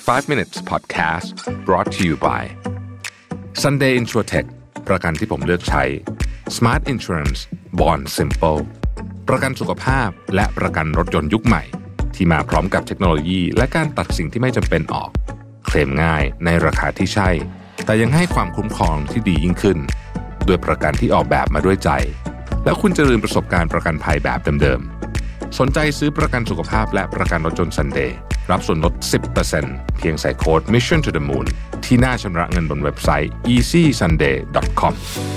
5 minutes podcast brought to you by Sunday Insurtech ประกันที่ผมเลือกใช้ Smart Insurance Bond Simple ประกันสุขภาพและประกันรถยนต์ยุคใหม่ที่มาพร้อมกับเทคโนโลยีและการตัดสิ่งที่ไม่จำเป็นออกเคลมง่ายในราคาที่ใช่แต่ยังให้ความคุ้มครองที่ดียิ่งขึ้นด้วยประกันที่ออกแบบมาด้วยใจแล้วคุณจะลืมประสบการณ์ประกันภัยแบบเดิมๆสนใจซื้อประกันสุขภาพและประกันรถยนต์ Sunday รับส่วนลด 10% เพียงใส่โค้ด Mission to the Moon ที่หน้าชำระเงินบนเว็บไซต์ easysunday.com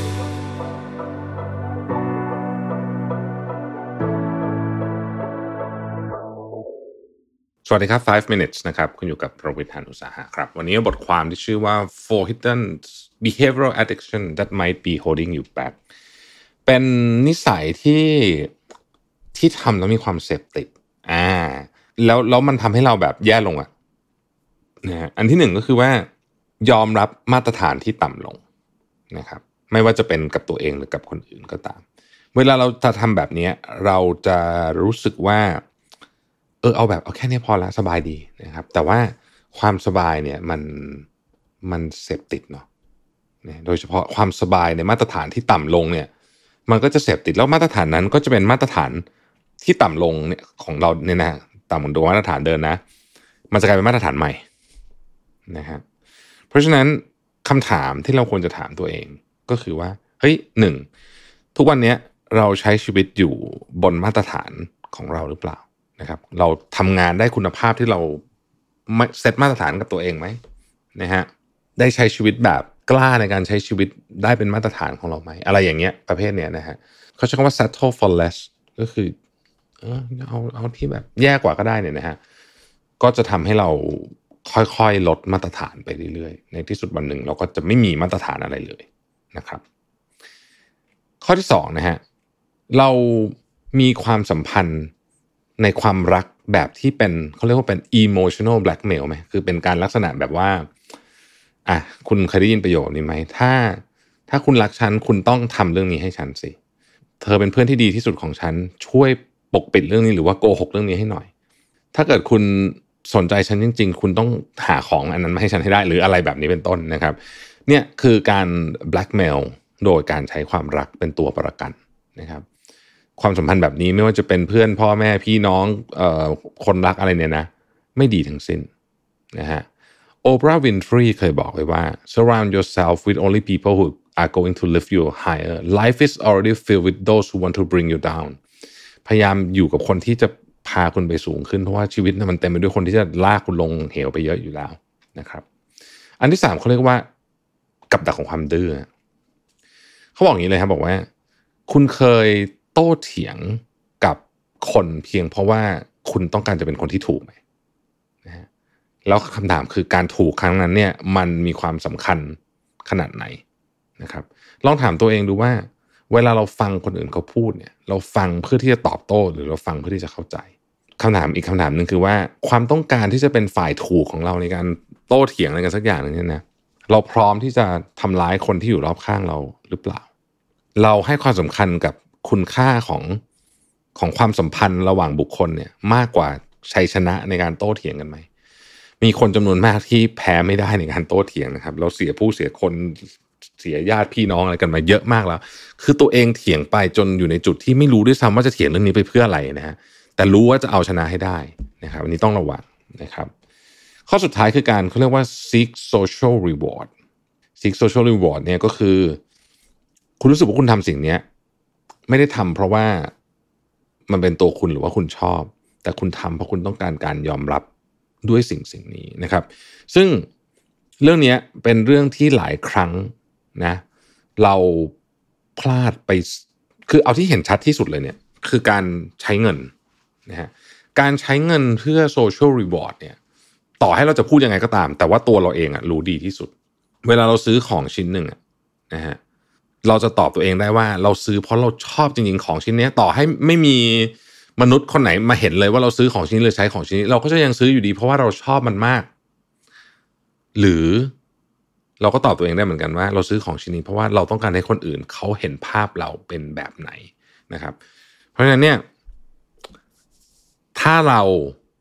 สวัสดีครับ5 minutes นะครับคุณอยู่กับประวิทย์ หาญอุตสาหะครับวันนี้บทความที่ชื่อว่า 4 hidden behavioral addiction that might be holding you back เป็นนิสัยที่ทำแล้วมีความเสพติดแล้วมันทำให้เราแบบแย่ลงนะฮะอันที่หนึ่งก็คือว่ายอมรับมาตรฐานที่ต่ำลงนะครับไม่ว่าจะเป็นกับตัวเองหรือกับคนอื่นก็ตามเวลาเราจะทำแบบนี้เราจะรู้สึกว่าเอาแค่นี้พอละสบายดีนะครับแต่ว่าความสบายเนี่ยมันเสพติดเนาะโดยเฉพาะความสบายในมาตรฐานที่ต่ำลงเนี่ยมันก็จะเสพติดแล้วมาตรฐานนั้นก็จะเป็นมาตรฐานที่ต่ำลงเนี่ยของเราเนี่ยนะต่ำลงโดยมาตรฐานเดินนะมันจะกลายเป็นมาตรฐานใหม่นะฮะเพราะฉะนั้นคำถามที่เราควรจะถามตัวเองก็คือว่าเฮ้ย1ทุกวันนี้เราใช้ชีวิตอยู่บนมาตรฐานของเราหรือเปล่านะครับเราทำงานได้คุณภาพที่เราเซตมาตรฐานกับตัวเองไหมนะฮะได้ใช้ชีวิตแบบกล้าในการใช้ชีวิตได้เป็นมาตรฐานของเราไหมอะไรอย่างเงี้ยประเภทเนี้ยนะฮะเขาใช้คำว่า settle for less ก็คือเอาที่แบบแย่กว่าก็ได้เนี่ยนะฮะก็จะทำให้เราค่อยๆลดมาตรฐานไปเรื่อยๆในที่สุดวันหนึ่งเราก็จะไม่มีมาตรฐานอะไรเลยนะครับข้อที่2นะฮะเรามีความสัมพันธ์ในความรักแบบที่เป็นเขาเรียกว่าเป็น emotional blackmail ไหมคือเป็นการลักษณะแบบว่าคุณเคยได้ยินประโยคนี้ไหมถ้าคุณรักฉันคุณต้องทำเรื่องนี้ให้ฉันสิเธอเป็นเพื่อนที่ดีที่สุดของฉันช่วยปกปิดเรื่องนี้หรือว่าโกหกเรื่องนี้ให้หน่อยถ้าเกิดคุณสนใจฉันจริงๆคุณต้องหาของอันนั้นมาให้ฉันให้ได้หรืออะไรแบบนี้เป็นต้นนะครับเนี่ยคือการ blackmail โดยการใช้ความรักเป็นตัวประกันนะครับความสัมพันธ์แบบนี้ไม่ว่าจะเป็นเพื่อนพ่อแม่พี่น้องคนรักอะไรเนี่ยนะไม่ดีทั้งสิ้นนะฮะโอปราห์ วินฟรีย์เคยบอกไว้ว่า surround yourself with only people who are going to lift you higher life is already filled with those who want to bring you down พยายามอยู่กับคนที่จะพาคุณไปสูงขึ้นเพราะว่าชีวิตมันเต็มไปด้วยคนที่จะลากคุณลงเหวไปเยอะอยู่แล้วนะครับอันที่3เขาเรียกว่ากับดักของความดื้อเขาบอกอย่างนี้เลยครับบอกว่าคุณเคยโต้เถียงกับคนเพียงเพราะว่าคุณต้องการจะเป็นคนที่ถูกไหมนะฮะแล้วคำถามคือการถูกครั้งนั้นเนี่ยมันมีความสำคัญขนาดไหนนะครับลองถามตัวเองดูว่าเวลาเราฟังคนอื่นเขาพูดเนี่ยเราฟังเพื่อที่จะตอบโต้หรือเราฟังเพื่อที่จะเข้าใจคำถามอีกคำถามนึงคือว่าความต้องการที่จะเป็นฝ่ายถูกของเราในการโต้เถียงอะไรกันสักอย่างนึงเนี่ยนะเราพร้อมที่จะทำร้ายคนที่อยู่รอบข้างเราหรือเปล่าเราให้ความสำคัญกับคุณค่าของความสัมพันธ์ระหว่างบุคคลเนี่ยมากกว่าชัยชนะในการโต้เถียงกันไหมมีคนจำนวนมากที่แพ้ไม่ได้ในการโต้เถียงนะครับเราเสียผู้เสียคนเสียญาติพี่น้องอะไรกันมาเยอะมากแล้วคือตัวเองเถียงไปจนอยู่ในจุดที่ไม่รู้ด้วยซ้ำว่าจะเถียงเรื่องนี้ไปเพื่ออะไรนะฮะแต่รู้ว่าจะเอาชนะให้ได้นะครับอันนี้ต้องระวังนะครับข้อสุดท้ายคือการเขาเรียกว่า seek social reward seek social reward เนี่ยก็คือคุณรู้สึกว่าคุณทำสิ่งนี้ไม่ได้ทำเพราะว่ามันเป็นตัวคุณหรือว่าคุณชอบแต่คุณทำเพราะคุณต้องการการยอมรับด้วยสิ่งนี้นะครับซึ่งเรื่องนี้เป็นเรื่องที่หลายครั้งนะเราพลาดไปคือเอาที่เห็นชัดที่สุดเลยเนี่ยคือการใช้เงินนะฮะการใช้เงินเพื่อ social reward เนี่ยต่อให้เราจะพูดยังไงก็ตามแต่ว่าตัวเราเองรู้ดีที่สุดเวลาเราซื้อของชิ้นหนึ่งนะฮะเราจะตอบตัวเองได้ว่าเราซื้อเพราะเราชอบจริงๆของชิ้นนี้ต่อให้ไม่มีมนุษย์คนไหนมาเห็นเลยว่าเราซื้อของชิ้นนี้หรือใช้ของชิ้นนี้เราก็จะยังซื้ออยู่ดีเพราะว่าเราชอบมันมากหรือเราก็ตอบตัวเองได้เหมือนกันว่าเราซื้อของชิ้นนี้เพราะว่าเราต้องการให้คนอื่นเขาเห็นภาพเราเป็นแบบไหนนะครับเพราะฉะนั้นเนี่ยถ้าเรา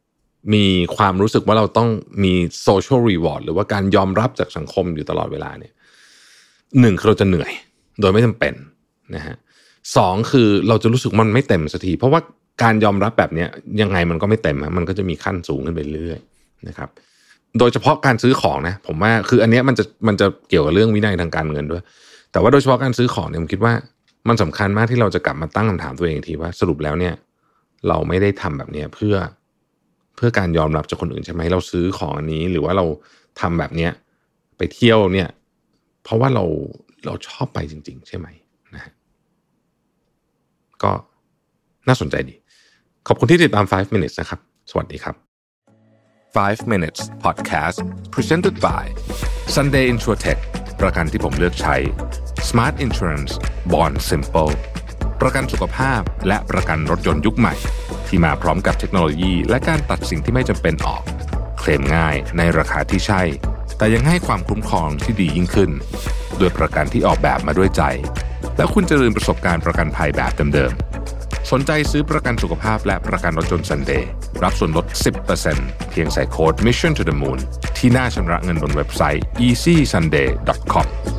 มีความรู้สึกว่าเราต้องมี social reward หรือว่าการยอมรับจากสังคมอยู่ตลอดเวลาเนี่ย1คือเราจะเหนื่อยโดยไม่จำเป็นนะฮะ2คือเราจะรู้สึกมันไม่เต็มสักทีเพราะว่าการยอมรับแบบนี้ยังไงมันก็ไม่เต็มมันก็จะมีขั้นสูงขึ้นไปเรื่อยๆนะครับโดยเฉพาะการซื้อของนะผมว่าคืออันนี้มันจะเกี่ยวกับเรื่องวินัยทางการเงินด้วยแต่ว่าโดยเฉพาะการซื้อของเนี่ยผมคิดว่ามันสำคัญมากที่เราจะกลับมาตั้งคำถามตัวเองทีว่าสรุปแล้วเนี่ยเราไม่ได้ทำแบบนี้เพื่อการยอมรับจากคนอื่นใช่ไหมเราซื้อของอันนี้หรือว่าเราทำแบบเนี้ยไปเที่ยวเนี่ยเพราะว่าเราชอบไปจริงๆใช่ไหมนะฮะก็น่าสนใจดีขอบคุณที่ติดตาม5 minutes นะครับสวัสดีครับ5 minutes podcast presented by Sunday Insurtech ประกันที่ผมเลือกใช้ Smart Insurance Bond Simple ประกันสุขภาพและประกันรถยนต์ยุคใหม่ที่มาพร้อมกับเทคโนโลยีและการตัดสิ่งที่ไม่จำเป็นออกเคลมง่ายในราคาที่ใช่แต่ยังให้ความคุ้มครองที่ดียิ่งขึ้นด้วยประกันที่ออกแบบมาด้วยใจและคุณจะลืมประสบการณ์ประกันภัยแบบเดิมๆสนใจซื้อประกันสุขภาพและประกันรถยนต์ Sunday รับส่วนลด 10% เพียงใส่โค้ด Mission to the Moon ที่หน้าชำระเงินบนเว็บไซต์ easysunday.com